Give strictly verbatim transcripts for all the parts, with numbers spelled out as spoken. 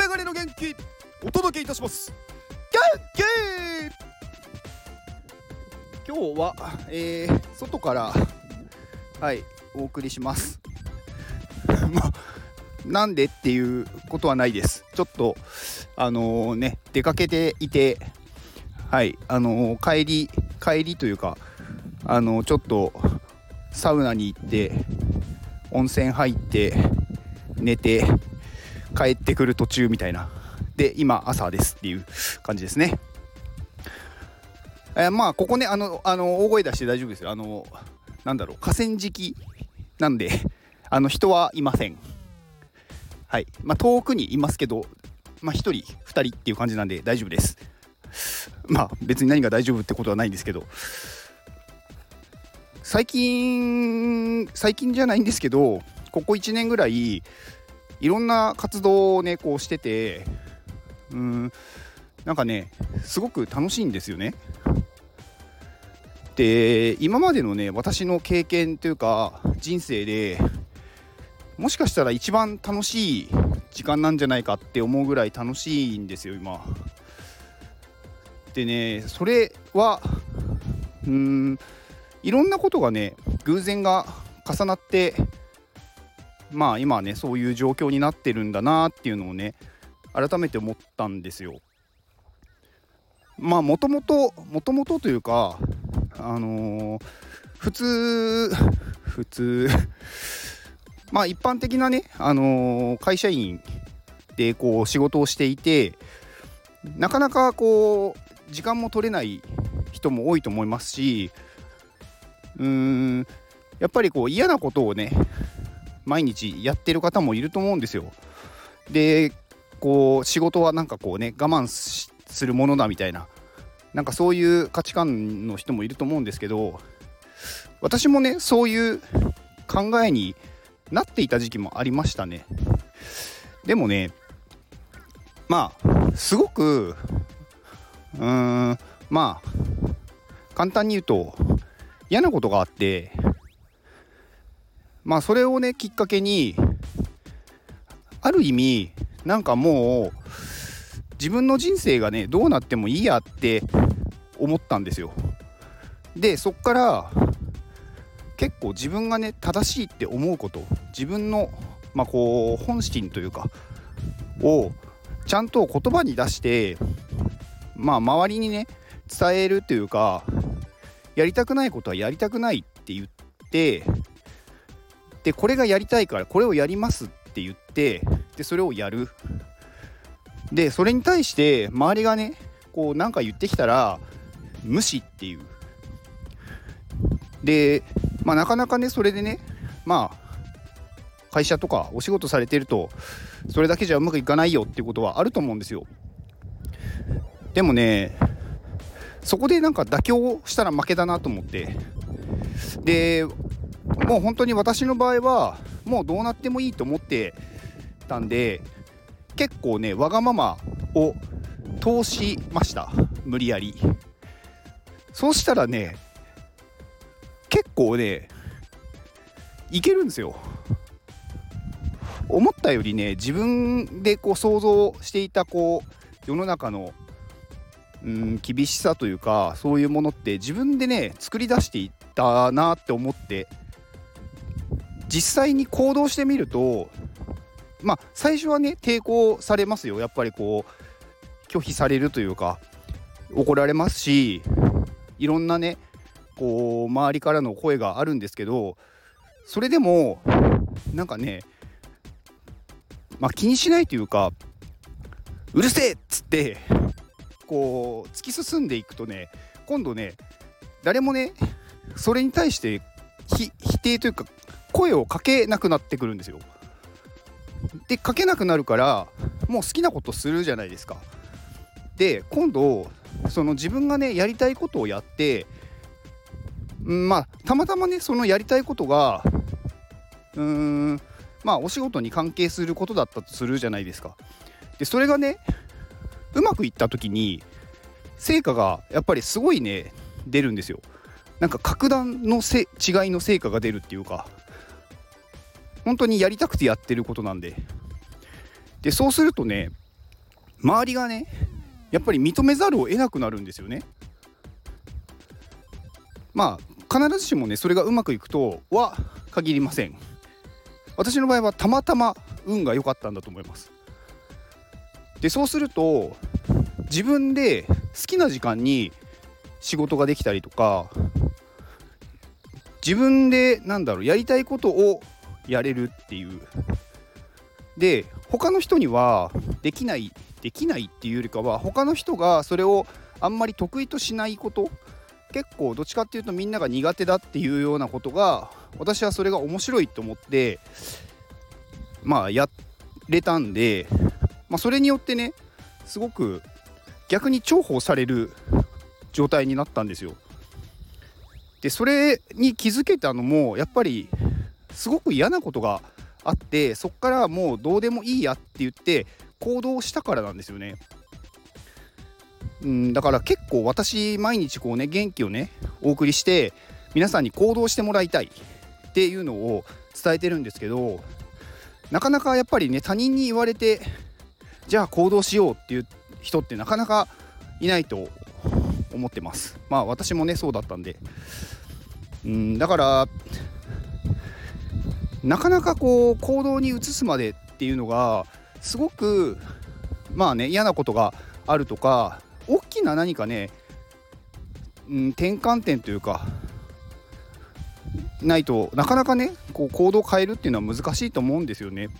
メガネの元気お届けいたします。元気今日は、えー、外からはいお送りしますまあなんでっていうことはないです。ちょっとあのー、ね出かけていてはいあのー、帰り帰りというかあのー、ちょっとサウナに行って温泉入って寝て帰ってくる途中みたいなで今朝ですっていう感じですね。えー、まあここねあのあの大声出して大丈夫ですよ。あのなんだろう河川敷なんであの人はいません。はい、まあ遠くにいますけど、まあひとりふたりっていう感じなんで大丈夫です。まあ別に何が大丈夫ってことはないんですけど、最近最近じゃないんですけど、ここいちねんぐらいいろんな活動をねこうしてて、うーんなんかねすごく楽しいんですよね。で今までのね私の経験というか人生でもしかしたら一番楽しい時間なんじゃないかって思うぐらい楽しいんですよ今。でねそれはうーんいろんなことがね偶然が重なってまあ今はねそういう状況になってるんだなっていうのをね改めて思ったんですよ。まあもともともともとというかあのー、普通普通まあ一般的なね、あのー、会社員でこう仕事をしていてなかなかこう時間も取れない人も多いと思いますし、うーんやっぱりこう嫌なことをね毎日やってる方もいると思うんですよ。でこう仕事はなんかこうね我慢するものだみたいななんかそういう価値観の人もいると思うんですけど、私もねそういう考えになっていた時期もありましたね。でもねまあすごくうーんまあ簡単に言うと嫌なことがあって、まあそれをねきっかけにある意味なんかもう自分の人生がねどうなってもいいやって思ったんですよ。でそっから結構自分がね正しいって思うこと、自分のまあこう本心というかをちゃんと言葉に出してまあ周りにね伝えるというか、やりたくないことはやりたくないって言って、でこれがやりたいからこれをやりますって言って、でそれをやる。でそれに対して周りがねこうなんか言ってきたら無視っていう。でまあなかなかねそれでねまあ会社とかお仕事されてるとそれだけじゃうまくいかないよっていうことはあると思うんですよ。でもねそこでなんか妥協したら負けだなと思って、でもう本当に私の場合はもうどうなってもいいと思ってたんで、結構ねわがままを通しました、無理やり。そうしたらね結構ねいけるんですよ。思ったよりね自分でこう想像していたこう世の中のうん厳しさというかそういうものって自分でね作り出していったなって思って、実際に行動してみるとまあ最初はね抵抗されますよ。やっぱりこう拒否されるというか怒られますし、いろんなねこう周りからの声があるんですけど、それでもなんかねまあ気にしないというかうるせえっつってこう突き進んでいくとね、今度ね誰もねそれに対して否定というか声をかけなくなってくるんですよ。でかけなくなるからもう好きなことするじゃないですか。で今度その自分がねやりたいことをやって、まあたまたまねそのやりたいことがうーんまあお仕事に関係することだったとするじゃないですか。でそれがねうまくいった時に成果がやっぱりすごいね出るんですよ。なんか格段のせ違いの成果が出るっていうか、本当にやりたくてやってることなんで。でそうするとね周りがねやっぱり認めざるを得なくなるんですよね。まあ必ずしもねそれがうまくいくとは限りません。私の場合はたまたま運が良かったんだと思います。でそうすると自分で好きな時間に仕事ができたりとか、自分でなんだろうやりたいことをやれるっていう。で他の人にはできないできないっていうよりかは、他の人がそれをあんまり得意としないこと、結構どっちかっていうとみんなが苦手だっていうようなことが、私はそれが面白いと思ってまあやれたんで、まあ、それによってねすごく逆に重宝される状態になったんですよ。でそれに気づけたのもやっぱりすごく嫌なことがあって、そっからもうどうでもいいやって言って行動したからなんですよね。うんだから結構私毎日こうね元気をねお送りして皆さんに行動してもらいたいっていうのを伝えてるんですけど、なかなかやっぱりね他人に言われてじゃあ行動しようっていう人ってなかなかいないと思ってます。まあ私もねそうだったんで、うんだからなかなかこう行動に移すまでっていうのがすごくまあね嫌なことがあるとか、大きな何かね、うん、転換点というかないとなかなかねこう行動を変えるっていうのは難しいと思うんですよね。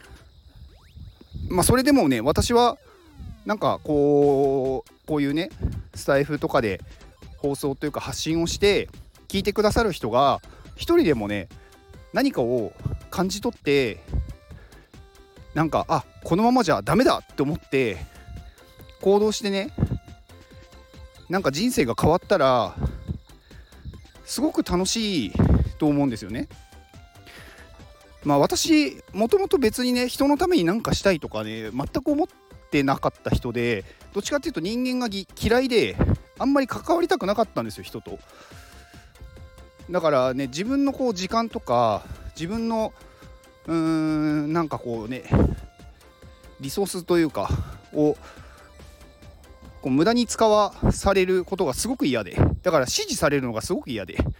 まあそれでもね私はなんかこうこういうねスタイフとかで放送というか発信をして聞いてくださる人が一人でもね何かを感じ取って、なんかあこのままじゃダメだって思って行動してね、なんか人生が変わったらすごく楽しいと思うんですよね。まあ私もともと別にね人のために何かしたいとかね全く思ってなかった人で、どっちかっていうと人間が嫌いであんまり関わりたくなかったんですよ人と。だからね自分のこう時間とか自分のうーんなんかこうねリソースというかをこう無駄に使わされることがすごく嫌で、だから指示されるのがすごく嫌で、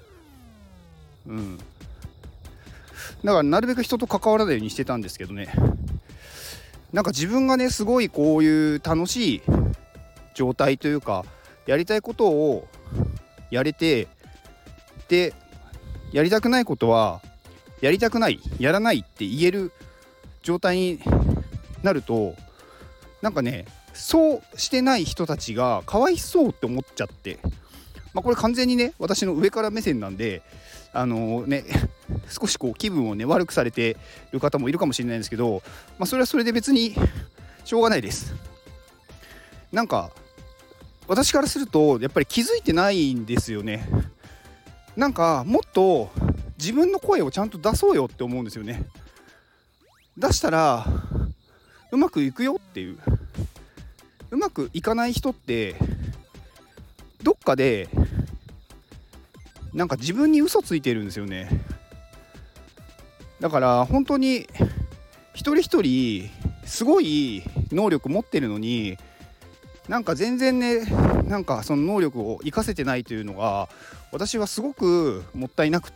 うんだからなるべく人と関わらないようにしてたんですけどね、なんか自分がねすごいこういう楽しい状態というかやりたいことをやれて、でやりたくないことはやりたくない、やらないって言える状態になると、なんかねそうしてない人たちがかわいそうって思っちゃって、まあこれ完全にね私の上から目線なんで、あのー、ね少しこう気分をね悪くされてる方もいるかもしれないんですけど、まあそれはそれで別にしょうがないです。なんか私からするとやっぱり気づいてないんですよね。なんかもっと自分の声をちゃんと出そうよって思うんですよね。出したらうまくいくよっていう。うまくいかない人ってどっかでなんか自分に嘘ついてるんですよね。だから本当に一人一人すごい能力持ってるのに、なんか全然ねなんかその能力を活かせてないというのが私はすごくもったいなくって、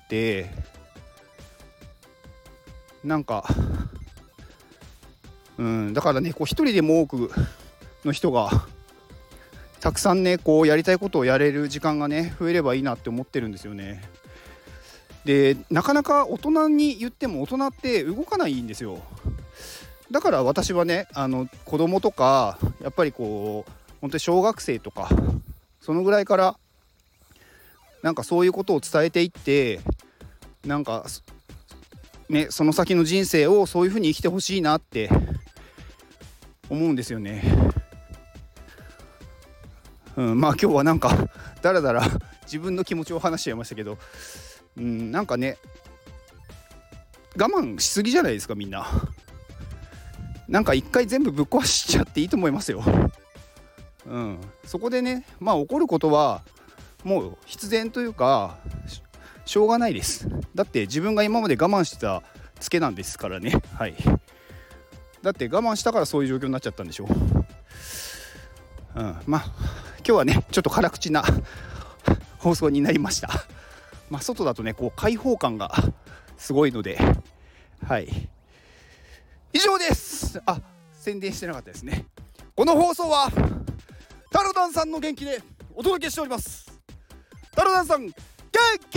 なんかうんだからねこう一人でも多くの人がたくさんねこうやりたいことをやれる時間がね増えればいいなって思ってるんですよね。でなかなか大人に言っても大人って動かないんですよ。だから私はねあの子供とかやっぱりこう本当に小学生とかそのぐらいからなんかそういうことを伝えていって、なんかねその先の人生をそういう風に生きてほしいなって思うんですよね。うん、まあ今日はなんかだらだら自分の気持ちを話しちゃいましたけど、うん、なんかね我慢しすぎじゃないですかみんな。なんか一回全部ぶっ壊しちゃっていいと思いますよ。うん、そこでねまあ起こることはもう必然というか し, しょうがないです。だって自分が今まで我慢してたツケなんですからね。はい。 だって我慢したからそういう状況になっちゃったんでしょ。うん、まあ今日はねちょっと辛口な放送になりました。まあ外だとねこう開放感がすごいので、はい以上です。あ、宣伝してなかったですね。この放送はタロダンさんの元気でお届けしております。タロダンさん元気。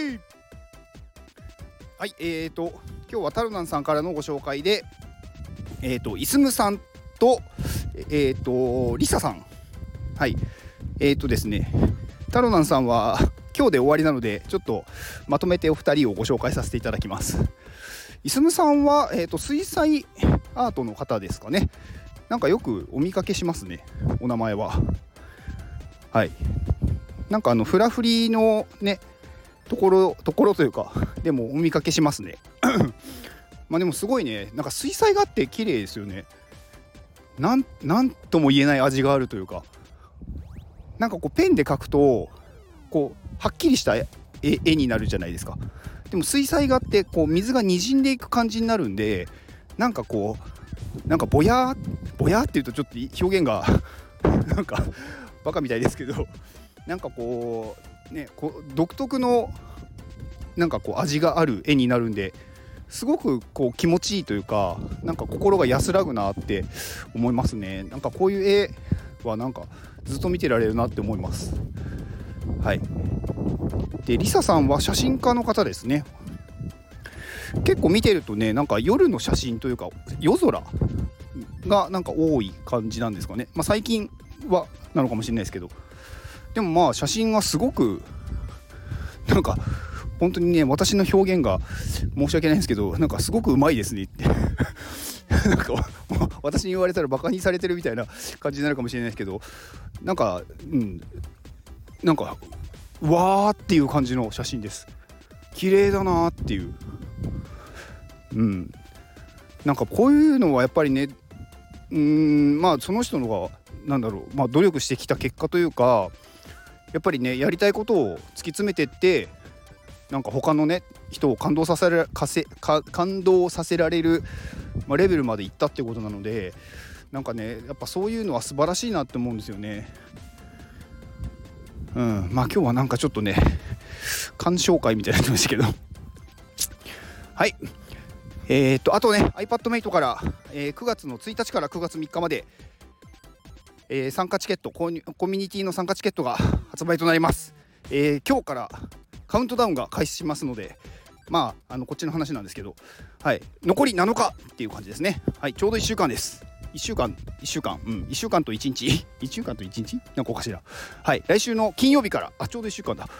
はい、えーと今日はタロダンさんからのご紹介で、えーとイスムさんとえーとリサさん、はいえーとですねタロダンさんは今日で終わりなので、ちょっとまとめてお二人をご紹介させていただきます。イスムさんは、えーと水彩アートの方ですかね。なんかよくお見かけしますね、お名前は。はい、なんかあのフラフリのねところところというかでもお見かけしますねまあでもすごいね、なんか水彩画って綺麗ですよね。なん、なんとも言えない味があるというか、なんかこうペンで描くとこうはっきりした絵、絵になるじゃないですか。でも水彩画ってこう水がにじんでいく感じになるんで、なんかこうなんかぼやーぼやーっていうとちょっと表現がなんかバカみたいですけど、なんかこうねこう独特のなんかこう味がある絵になるんで、すごくこう気持ちいいというか、なんか心が安らぐなって思いますね。なんかこういう絵はなんかずっと見てられるなって思います。はい。でリサさんは写真家の方ですね。結構見てるとね、なんか夜の写真というか夜空がなんか多い感じなんですかね。まあ最近はなのかもしれないですけど、でもまあ写真はすごくなんか本当にね、私の表現が申し訳ないんですけど、なんかすごくうまいですねってなんか私に言われたらバカにされてるみたいな感じになるかもしれないですけど、なんかうんなんかうわーっていう感じの写真です。綺麗だなーっていう、うんなんかこういうのはやっぱりね、うーんまあその人のがなんだろう、まあ努力してきた結果というか、やっぱりねやりたいことを突き詰めてって、なんか他のね人を感動させらかせか感動させられる、まあ、レベルまでいったってことなので、なんかねやっぱそういうのは素晴らしいなって思うんですよね。うんまあ今日はなんかちょっとね鑑賞会みたいになってましたけどはいえー、っとあとね iPadMate から、えー、くがつのついたちからくがつみっかまで、えー、参加チケットコミュニティの参加チケットが発売となります。えー、今日からカウントダウンが開始しますので、まああのこっちの話なんですけど、はい残りなのかっていう感じですね。はいちょうどいっしゅうかんです。いっしゅうかんいっしゅうかんうんいっしゅうかんといちにちいっしゅうかんといちにちなんかおかしいな。はい来週の金曜日からあちょうどいっしゅうかんだ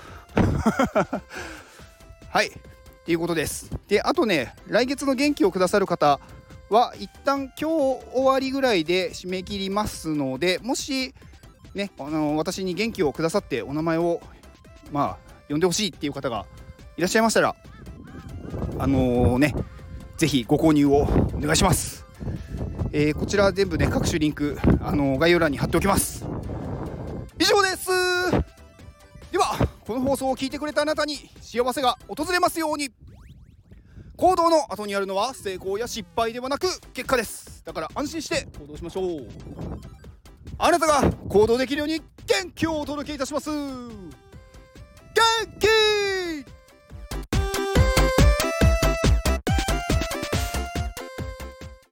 はいっていうことです。であとね来月の元気をくださる方は一旦今日終わりぐらいで締め切りますので、もしねあの私に元気をくださってお名前をまあ呼んでほしいっていう方がいらっしゃいましたら、あのー、ねぜひご購入をお願いします。えー、こちら全部ね各種リンク、あのー、概要欄に貼っておきます。以上です。ではこの放送を聞いてくれたあなたに幸せが訪れますように。行動の後にあるのは成功や失敗ではなく結果です。だから安心して行動しましょう。あなたが行動できるように元気をお届けいたします。